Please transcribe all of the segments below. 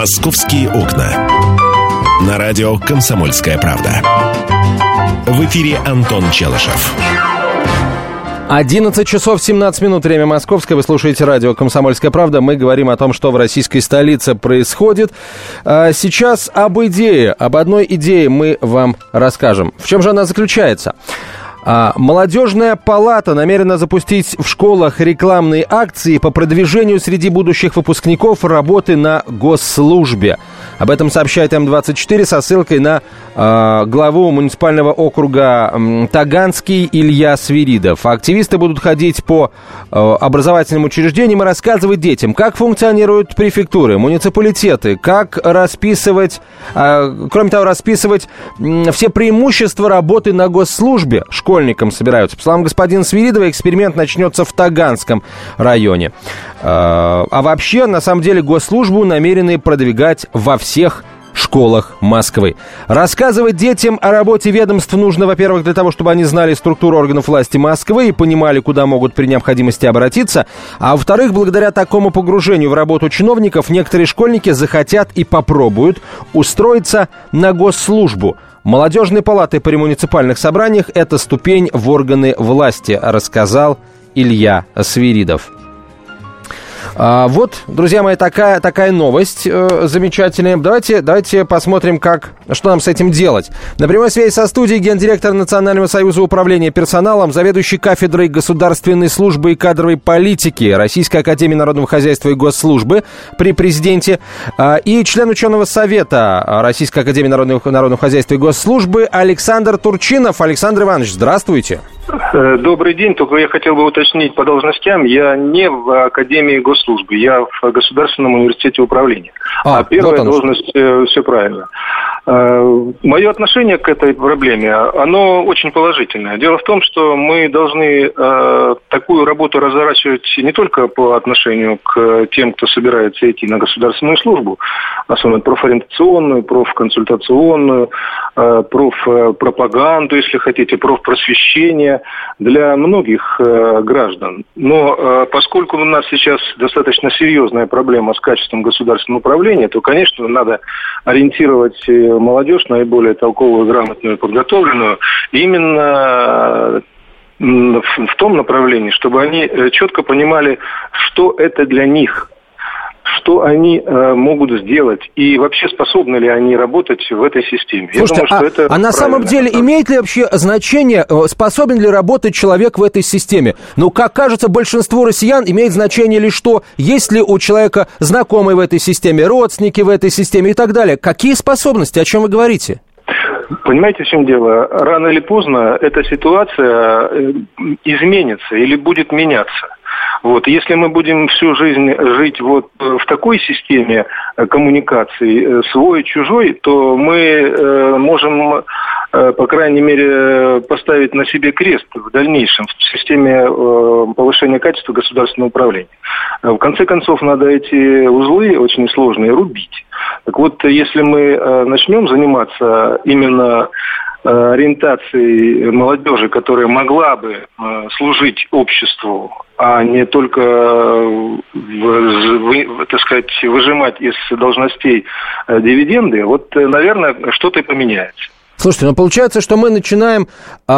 «Московские окна». На радио «Комсомольская правда». В эфире Антон Челышев. 11 часов 17 минут, время московское. Вы слушаете радио «Комсомольская правда». Мы говорим о том, что в российской столице происходит. Сейчас об одной идее мы вам расскажем. В чем же она заключается? Молодежная палата намерена запустить в школах рекламные акции по продвижению среди будущих выпускников работы на госслужбе. Об этом сообщает М24 со ссылкой на главу муниципального округа Таганский Илья Свиридов. Активисты будут ходить по образовательным учреждениям и рассказывать детям, как функционируют префектуры, муниципалитеты, как расписывать, кроме того, расписывать все преимущества работы на госслужбе. Школьникам собираются. По словам господина Свиридова, эксперимент начнется в Таганском районе. А вообще, на самом деле, госслужбу намерены продвигать во всех школах Москвы. Рассказывать детям о работе ведомств нужно, во-первых, для того, чтобы они знали структуру органов власти Москвы и понимали, куда могут при необходимости обратиться. А во-вторых, благодаря такому погружению в работу чиновников, некоторые школьники захотят и попробуют устроиться на госслужбу. Молодежные палаты при муниципальных собраниях – это ступень в органы власти, рассказал Илья Свиридов. Вот, друзья мои, такая новость замечательная. Давайте посмотрим, что нам с этим делать. На прямой связи со студией гендиректор Национального союза управления персоналом, заведующий кафедрой государственной службы и кадровой политики Российской академии народного хозяйства и госслужбы при президенте и член ученого совета Российской академии народного хозяйства и госслужбы Александр Турчинов. Александр Иванович, здравствуйте. Добрый день, только я хотел бы уточнить по должностям. Я не в Академии госслужбы, я в Государственном университете управления. А первая должность, все правильно. Мое отношение к этой проблеме, оно очень положительное. Дело в том, что мы должны такую работу разворачивать не только по отношению к тем, кто собирается идти на государственную службу, особенно профориентационную, профконсультационную, профпропаганду, если хотите, профпросвещение для многих граждан. Но поскольку у нас сейчас достаточно серьезная проблема с качеством государственного управления, то, конечно, надо ориентировать молодежь, наиболее толковую, грамотную, подготовленную, именно в том направлении, чтобы они четко понимали, что это для них, что они могут сделать и вообще способны ли они работать в этой системе. Слушайте, я думаю, что это на самом деле имеет ли вообще значение, способен ли работать человек в этой системе? Ну, как кажется, большинству россиян имеет значение лишь то, есть ли у человека знакомые в этой системе, родственники в этой системе и так далее. Какие способности, о чем вы говорите? Понимаете, в чем дело? Рано или поздно эта ситуация изменится или будет меняться. Вот. Если мы будем всю жизнь жить вот в такой системе коммуникаций, свой-чужой, то мы можем, по крайней мере, поставить на себе крест в дальнейшем в системе повышения качества государственного управления. В конце концов, надо эти узлы очень сложные рубить. Так вот, если мы начнем заниматься именно ориентацией молодежи, которая могла бы служить обществу, а не только, так сказать, выжимать из должностей дивиденды, вот, наверное, что-то и поменяется. Слушайте, получается, что мы начинаем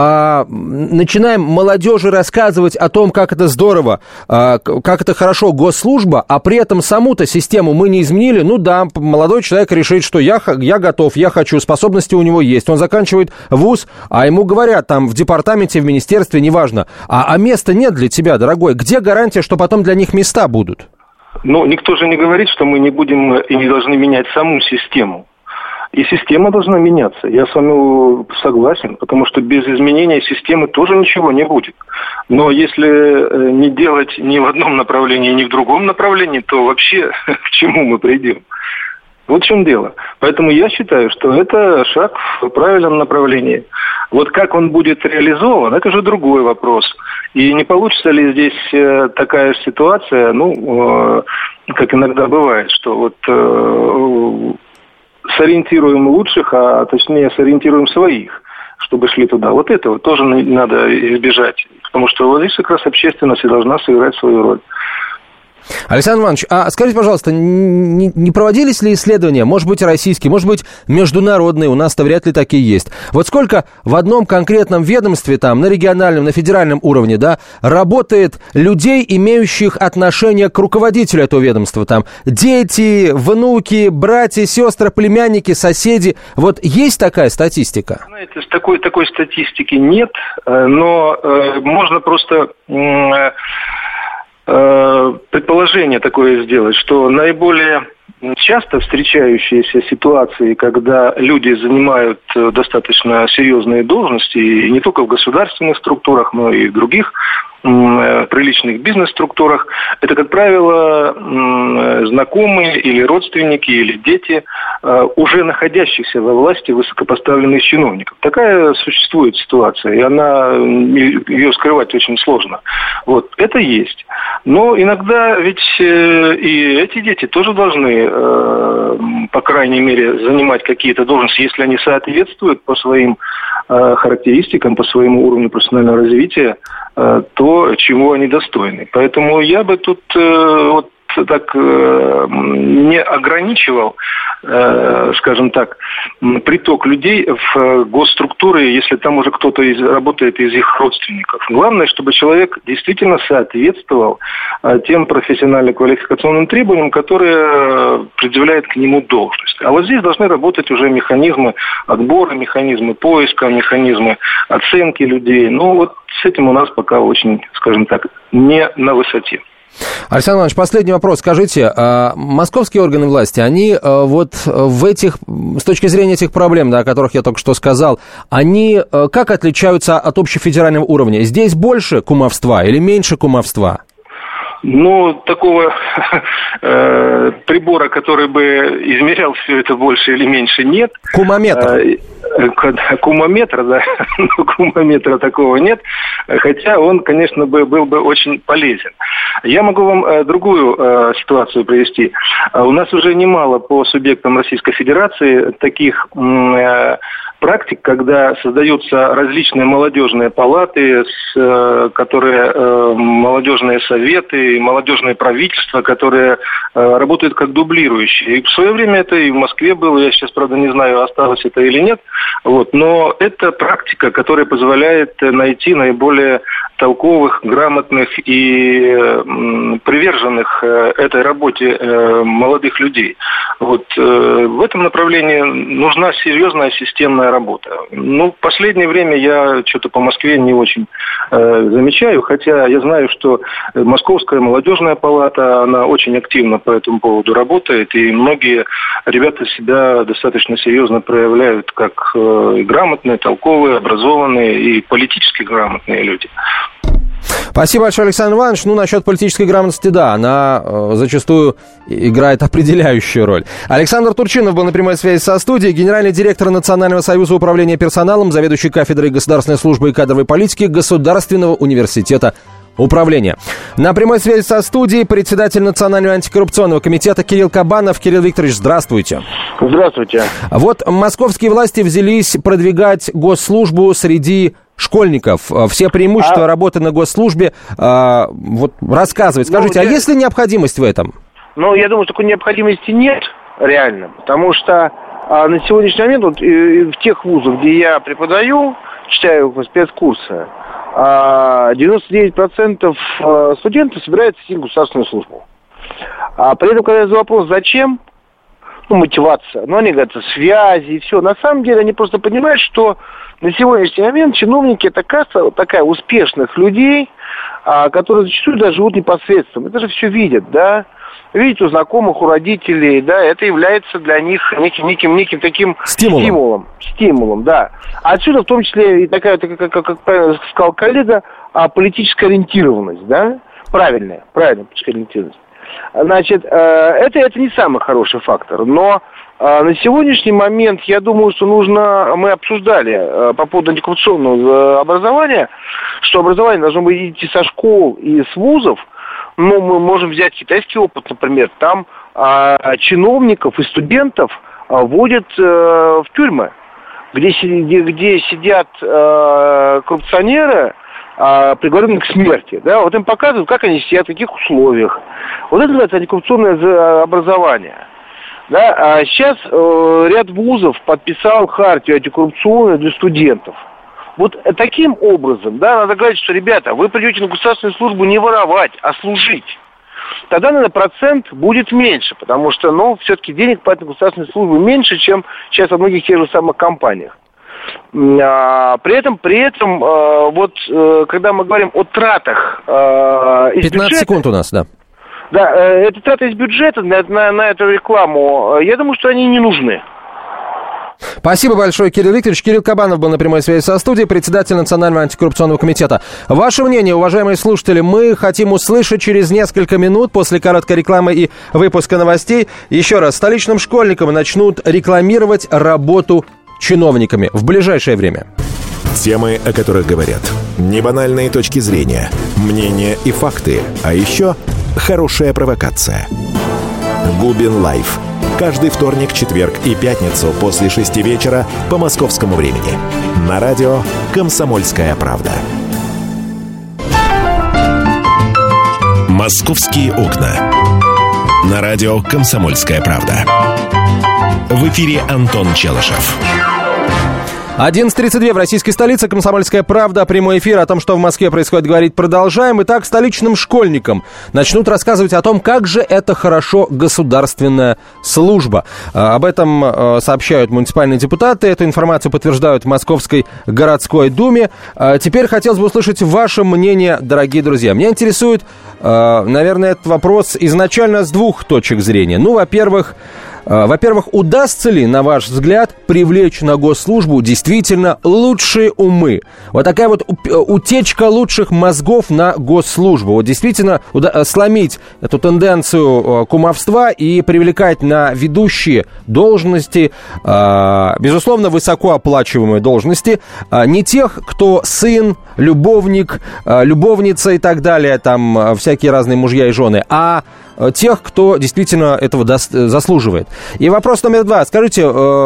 молодежи рассказывать о том, как это здорово, как это хорошо госслужба, а при этом саму-то систему мы не изменили. Ну да, молодой человек решит, что я готов, я хочу, способности у него есть. Он заканчивает вуз, а ему говорят там в департаменте, в министерстве, неважно. А места нет для тебя, дорогой. Где гарантия, что потом для них места будут? Ну, никто же не говорит, что мы не будем и не должны менять саму систему. И система должна меняться. Я с вами согласен, потому что без изменения системы тоже ничего не будет. Но если не делать ни в одном направлении, ни в другом направлении, то вообще к чему мы придем? Вот в чем дело. Поэтому я считаю, что это шаг в правильном направлении. Вот как он будет реализован, это же другой вопрос. И не получится ли здесь такая ситуация, как иногда бывает, что вот сориентируем лучших, а точнее сориентируем своих, чтобы шли туда. Вот этого тоже надо избежать. Потому что вот здесь как раз общественность и должна сыграть свою роль. Александр Иванович, а скажите, пожалуйста, не проводились ли исследования, может быть, российские, может быть, международные, у нас-то вряд ли такие есть. Вот сколько в одном конкретном ведомстве, там, на региональном, на федеральном уровне, да, работает людей, имеющих отношение к руководителю этого ведомства, там, дети, внуки, братья, сестры, племянники, соседи. Вот есть такая статистика? Знаете, такой статистики нет, но можно просто предположение такое сделать, что наиболее часто встречающиеся ситуации, когда люди занимают достаточно серьезные должности, и не только в государственных структурах, но и в других приличных бизнес-структурах, это, как правило, знакомые или родственники, или дети уже находящихся во власти высокопоставленных чиновников. Такая существует ситуация, и ее скрывать очень сложно. Вот, это есть. Но иногда ведь и эти дети тоже должны, по крайней мере, занимать какие-то должности, если они соответствуют по своим характеристикам, по своему уровню профессионального развития, то, чего они достойны. Поэтому я бы тут вот так не ограничивал, скажем так, приток людей в госструктуры, если там уже кто-то работает из их родственников. Главное, чтобы человек действительно соответствовал тем профессионально-квалификационным требованиям, которые предъявляет к нему должность. А вот здесь должны работать уже механизмы отбора, механизмы поиска, механизмы оценки людей. Ну вот с этим у нас пока очень, скажем так, не на высоте. Александр Иванович, последний вопрос. Скажите, московские органы власти, они вот в этих, с точки зрения этих проблем, да, о которых я только что сказал, они как отличаются от общефедерального уровня? Здесь больше кумовства или меньше кумовства? Ну, такого прибора, который бы измерял все это больше или меньше, нет. Кумометр. Кумометра, да, но кумометра такого нет, хотя он, конечно, был бы очень полезен. Я могу вам другую ситуацию привести. У нас уже немало по субъектам Российской Федерации таких практик, когда создаются различные молодежные палаты, которые молодежные советы, молодежные правительства, которые работают как дублирующие. И в свое время это и в Москве было, я сейчас, правда, не знаю, осталось это или нет, вот, но это практика, которая позволяет найти наиболее толковых, грамотных и приверженных этой работе молодых людей. Вот, в этом направлении нужна серьезная системная работа. Ну, в последнее время я что-то по Москве не очень замечаю, хотя я знаю, что Московская молодежная палата, она очень активно по этому поводу работает, и многие ребята себя достаточно серьезно проявляют как грамотные, толковые, образованные и политически грамотные люди. Спасибо большое, Александр Иванович. Ну, насчет политической грамотности, да, она зачастую играет определяющую роль. Александр Турчинов был на прямой связи со студией, генеральный директор Национального союза управления персоналом, заведующий кафедрой государственной службы и кадровой политики Государственного университета управления. На прямой связи со студией председатель Национального антикоррупционного комитета Кирилл Кабанов. Кирилл Викторович, здравствуйте. Здравствуйте. Вот московские власти взялись продвигать госслужбу среди школьников. Все преимущества работы на госслужбе. Вот рассказывать. Скажите, а есть ли необходимость в этом? Ну, я думаю, такой необходимости нет реально, потому что на сегодняшний момент вот, в тех вузах, где я преподаю, читаю спецкурсы, 99% студентов собираются идти в государственную службу. А при этом, когда я задаю вопрос, зачем, мотивация, они говорят, связи и все. На самом деле они просто понимают, что на сегодняшний момент чиновники это каста такая успешных людей, которые зачастую даже живут непосредственно. Это же все видят, да. Видите, у знакомых, у родителей, да, это является для них неким таким стимулом, да. А отсюда в том числе и такая, как правильно сказал коллега, политическая ориентированность, да, правильная политическая ориентированность. Значит, это не самый хороший фактор, но на сегодняшний момент, я думаю, что мы обсуждали по поводу антикоррупционного образования, что образование должно быть идти со школ и с вузов. Мы можем взять китайский опыт, например, там чиновников и студентов вводят в тюрьмы, где сидят коррупционеры, приговоренных к смерти. Да? Вот им показывают, как они сидят, в каких условиях. Вот это называется антикоррупционное образование. Да? А сейчас ряд вузов подписал хартию антикоррупционную для студентов. Вот таким образом, да, надо говорить, что, ребята, вы придете на государственную службу не воровать, а служить. Тогда, наверное, процент будет меньше, потому что, все-таки денег по этой государственной службе меньше, чем сейчас во многих тех же самых компаниях. При этом, когда мы говорим о тратах из 15 бюджета, секунд у нас, да. Да, это траты из бюджета на эту рекламу, я думаю, что они не нужны. Спасибо большое, Кирилл Викторович. Кирилл Кабанов был на прямой связи со студией, председатель Национального антикоррупционного комитета. Ваше мнение, уважаемые слушатели, мы хотим услышать через несколько минут после короткой рекламы и выпуска новостей. Еще раз, столичным школьникам начнут рекламировать работу чиновниками в ближайшее время. Темы, о которых говорят. Небанальные точки зрения, мнения и факты. А еще хорошая провокация. Губин Лайв. Каждый вторник, четверг и пятницу после 6 вечера по московскому времени. На радио «Комсомольская правда». «Московские окна». На радио «Комсомольская правда». В эфире Антон Челышев. 11:32 в российской столице. «Комсомольская правда». Прямой эфир о том, что в Москве происходит, говорить продолжаем. Итак, столичным школьникам начнут рассказывать о том, как же это хорошо государственная служба. Об этом сообщают муниципальные депутаты. Эту информацию подтверждают в Московской городской думе. Теперь хотелось бы услышать ваше мнение, дорогие друзья. Меня интересует, наверное, этот вопрос изначально с двух точек зрения. Во-первых, удастся ли, на ваш взгляд, привлечь на госслужбу действительно лучшие умы? Вот такая вот утечка лучших мозгов на госслужбу. Вот действительно сломить эту тенденцию кумовства и привлекать на ведущие должности, безусловно, высокооплачиваемые должности, не тех, кто сын, любовник, любовница и так далее, там всякие разные мужья и жены, а тех, кто действительно этого заслуживает. И вопрос номер 2. Скажите,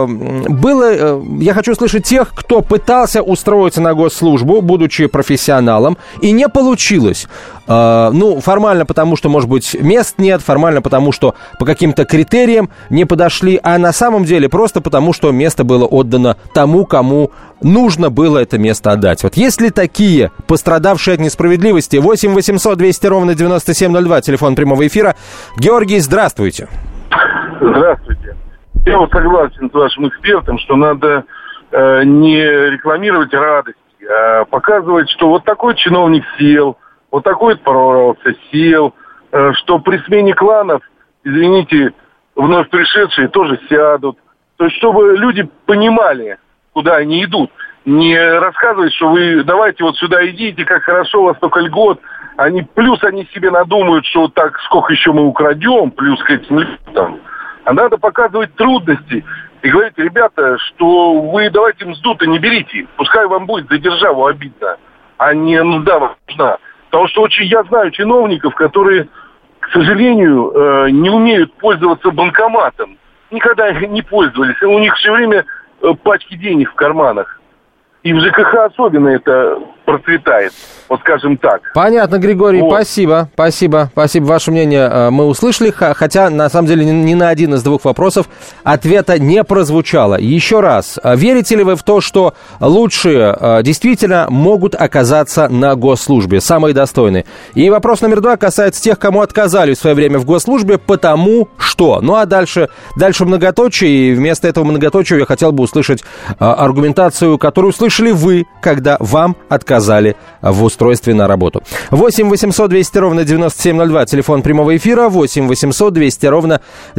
я хочу услышать тех, кто пытался устроиться на госслужбу, будучи профессионалом, и не получилось. Формально потому, что, может быть, мест нет, формально потому, что по каким-то критериям не подошли, а на самом деле просто потому, что место было отдано тому, кому нужно было это место отдать. Вот есть ли такие пострадавшие от несправедливости? 8 800 200 ровно 9702, телефон прямого эфира. Георгий, здравствуйте. Здравствуйте. Я согласен с вашим экспертом, что надо не рекламировать радость, а показывать, что вот такой чиновник сел, вот такой прорвался, сел, что при смене кланов, извините, вновь пришедшие тоже сядут. То есть, чтобы люди понимали, куда они идут. Не рассказывать, что вы давайте вот сюда идите, как хорошо, у вас столько льгот. Плюс они себе надумают, что вот так сколько еще мы украдем, плюс к этим льготам. А надо показывать трудности. И говорить, ребята, что вы давайте мзду-то не берите. Пускай вам будет за державу обидно, а не мзда вам нужна. Потому что я знаю чиновников, которые, к сожалению, не умеют пользоваться банкоматом. Никогда их не пользовались. И у них все время пачки денег в карманах. И в ЖКХ особенно это процветает, вот скажем так. Понятно, Григорий, вот. Спасибо. Ваше мнение мы услышали, хотя, на самом деле, ни на один из двух вопросов ответа не прозвучало. Еще раз, верите ли вы в то, что лучшие действительно могут оказаться на госслужбе, самые достойные? И вопрос номер 2 касается тех, кому отказали в свое время в госслужбе, потому что. Ну, а дальше многоточие, и вместо этого многоточия я хотел бы услышать аргументацию, которую слышали вы, когда вам отказали в устройстве на работу. 8 800 200 ровно 9702, телефон прямого эфира, 8 800 200 ровно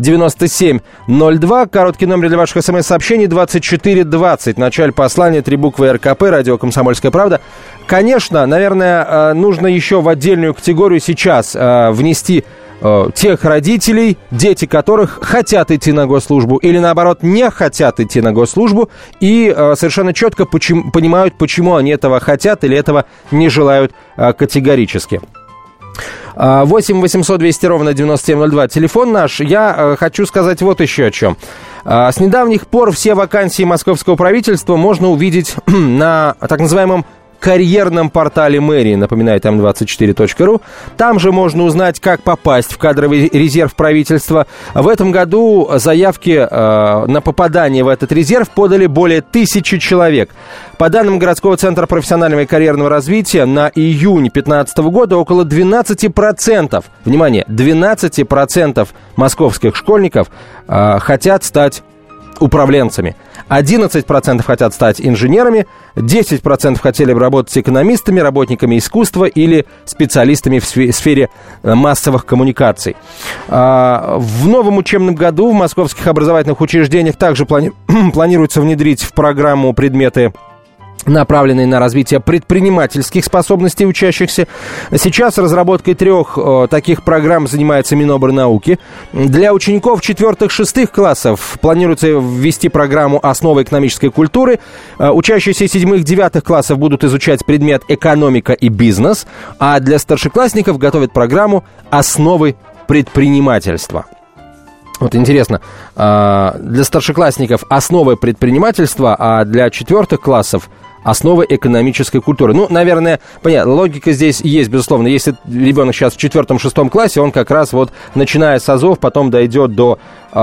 9702, короткий номер для ваших смс-сообщений 2420, в начале послания 3 буквы РКП, радио «Комсомольская правда». Конечно, наверное, нужно еще в отдельную категорию сейчас внести тех родителей, дети которых хотят идти на госслужбу или, наоборот, не хотят идти на госслужбу и совершенно четко понимают, почему они этого хотят или этого не желают категорически. 8 800 200 ровно 9702, телефон наш. Я хочу сказать вот еще о чем. С недавних пор все вакансии московского правительства можно увидеть на так называемом карьерном портале мэрии, напоминает m24.ru. Там же можно узнать, как попасть в кадровый резерв правительства. В этом году заявки на попадание в этот резерв подали более 1000 человек. По данным городского центра профессионального и карьерного развития, на июнь 2015 года около 12%, внимание, 12% московских школьников хотят стать управленцами. 11% хотят стать инженерами, 10% хотели бы работать экономистами, работниками искусства или специалистами в сфере массовых коммуникаций. В новом учебном году в московских образовательных учреждениях также планируется внедрить в программу предметы, направленные на развитие предпринимательских способностей учащихся. Сейчас разработкой 3 таких программ занимается Минобрнауки. Для учеников 4-6 классов планируется ввести программу «Основы экономической культуры». Учащиеся 7-9 классов будут изучать предмет «Экономика и бизнес», а для старшеклассников готовят программу «Основы предпринимательства». Вот интересно, для старшеклассников основы предпринимательства, а для 4 классов основы экономической культуры. Ну, наверное, понятно, логика здесь есть, безусловно. Если ребенок сейчас в 4-6 классе, он как раз вот, начиная с азов, потом дойдет до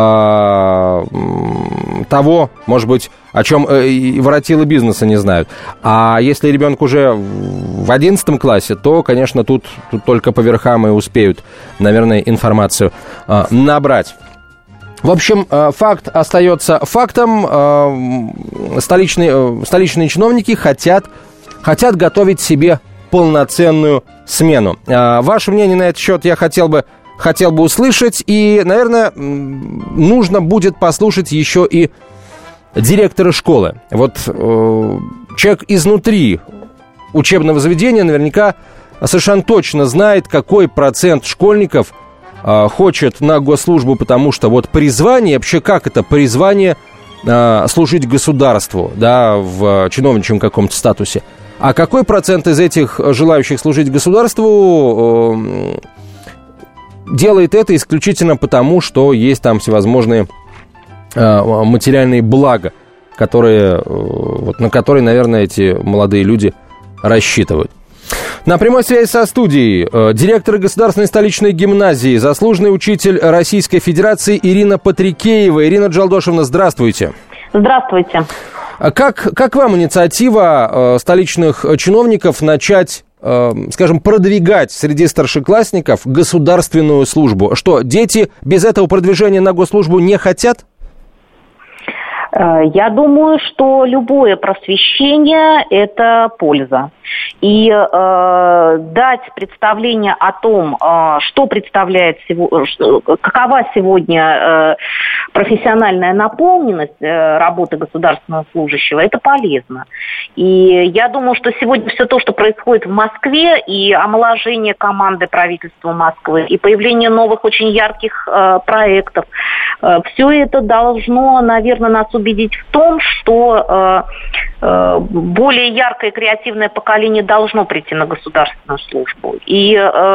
того, может быть, о чем воротилы бизнеса не знают. А если ребенок уже в 11 классе, то, конечно, тут только по верхам и успеют, наверное, информацию набрать. В общем, факт остается фактом. Столичные чиновники хотят готовить себе полноценную смену. Ваше мнение на этот счет я хотел бы услышать. И, наверное, нужно будет послушать еще и директора школы. Вот человек изнутри учебного заведения наверняка совершенно точно знает, какой процент школьников хочет на госслужбу, потому что вот призвание, вообще как это призвание служить государству, да, в чиновничьем каком-то статусе. А какой процент из этих желающих служить государству делает это исключительно потому, что есть там всевозможные материальные блага, на которые, наверное, эти молодые люди рассчитывают. На прямой связи со студией директор Государственной столичной гимназии, заслуженный учитель Российской Федерации Ирина Патрикеева. Ирина Джалдошевна, здравствуйте. Здравствуйте. Как вам инициатива столичных чиновников начать, скажем, продвигать среди старшеклассников государственную службу? Что, дети без этого продвижения на госслужбу не хотят? Я думаю, что любое просвещение – это польза. И дать представление о том, что представляет, какова сегодня профессиональная наполненность работы государственного служащего, это полезно. И я думаю, что сегодня все то, что происходит в Москве, и омоложение команды правительства Москвы, и появление новых очень ярких проектов, все это должно, наверное, нас убедить в том, что более яркое креативное поколение должно прийти на государственную службу. И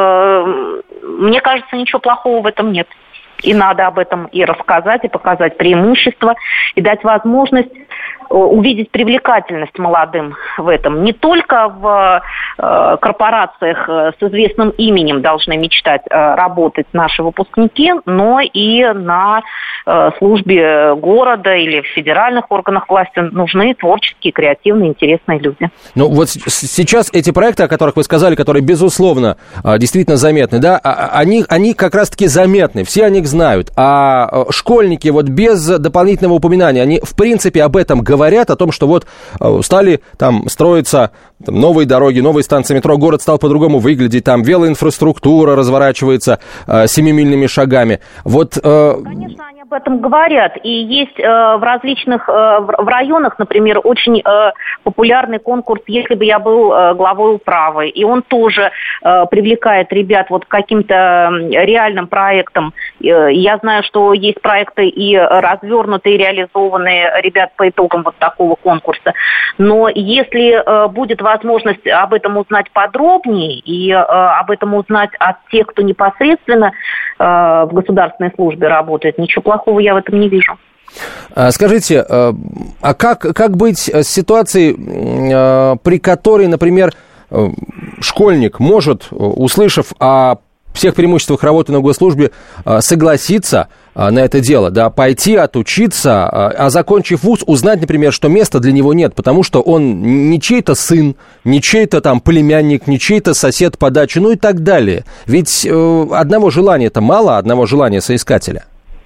мне кажется, ничего плохого в этом нет. И надо об этом и рассказать, и показать преимущества, и дать возможность увидеть привлекательность молодым в этом. Не только в корпорациях с известным именем должны мечтать работать наши выпускники, но и на службе города или в федеральных органах власти нужны творческие, креативные, интересные люди. Ну вот сейчас эти проекты, о которых вы сказали, которые, безусловно, действительно заметны, да, они как раз-таки заметны, все о них знают. А школьники вот без дополнительного упоминания, они в принципе об этом говорят, о том, что вот стали там строиться новые дороги, новые станции метро, город стал по-другому выглядеть, там велоинфраструктура разворачивается семимильными шагами. Вот, конечно, они об этом говорят. И есть в различных в районах, например, очень популярный конкурс «Если бы я был главой управы». И он тоже привлекает ребят вот к каким-то реальным проектам. Я знаю, что есть проекты и развернутые, и реализованные ребят по итогам вот такого конкурса. Но если будет возможность об этом узнать подробнее и об этом узнать от тех, кто непосредственно в государственной службе работает, ничего плохого я в этом не вижу. Скажите, а как быть с ситуацией, при которой, например, школьник может, услышав о всех преимуществах работы на госслужбе, согласиться на это дело, да, пойти отучиться, а закончив вуз, узнать, например, что места для него нет, потому что он не чей-то сын, не чей-то там племянник, не чей-то сосед по даче, ну и так далее. Ведь одного желания-то мало, одного желания соискателя.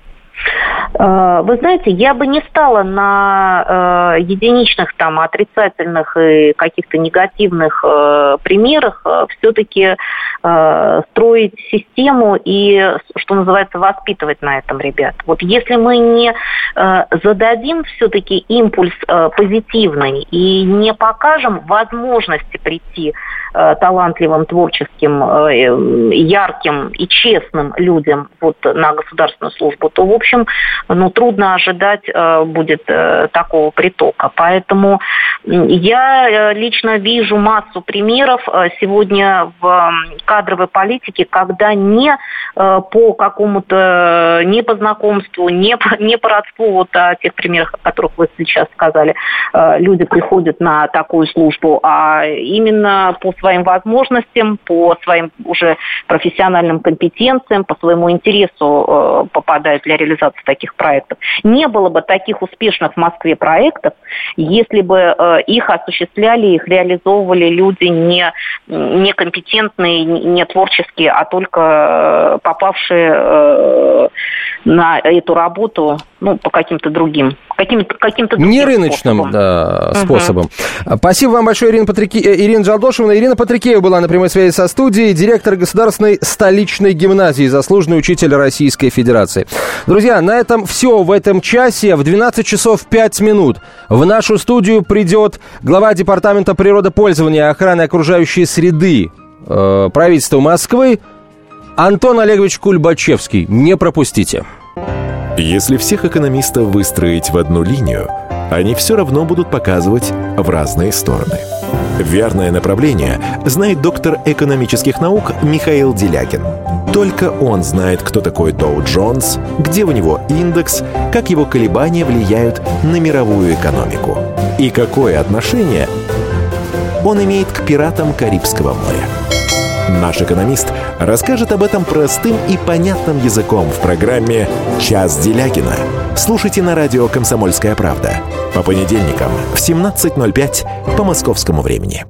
Вы знаете, я бы не стала на единичных там отрицательных и каких-то негативных примерах все-таки строить систему и, что называется, воспитывать на этом ребят. Вот если мы не зададим все-таки импульс позитивный и не покажем возможности прийти талантливым, творческим, ярким и честным людям вот на государственную службу, то, в общем, трудно ожидать будет такого притока. Поэтому я лично вижу массу примеров сегодня в кадровой политике, когда не по какому-то, не по знакомству, не по родству, вот о тех примерах, о которых вы сейчас сказали, люди приходят на такую службу, а именно по своим возможностям, по своим уже профессиональным компетенциям, по своему интересу попадают для реализации таких проектов. Не было бы таких успешных в Москве проектов, если бы их осуществляли, их реализовывали люди не компетентные, не творческие, а только попавшие на эту работу по каким-то другим не рыночным способом. Спасибо вам большое, Ирина Джалдошевна. Ирина Патрикеева была на прямой связи со студией, директор Государственной столичной гимназии, заслуженный учитель Российской Федерации. Друзья, на этом все в этом часе. В 12 часов 5 минут в нашу студию придет глава Департамента природопользования и охраны окружающей среды правительства Москвы Антон Олегович Кульбачевский. Не пропустите. Если всех экономистов выстроить в одну линию, они все равно будут показывать в разные стороны. Верное направление знает доктор экономических наук Михаил Делягин. Только он знает, кто такой Доу Джонс, где у него индекс, как его колебания влияют на мировую экономику и какое отношение он имеет к пиратам Карибского моря. Наш экономист расскажет об этом простым и понятным языком в программе «Час Делягина». Слушайте на радио «Комсомольская правда» по понедельникам в 17:05 по московскому времени.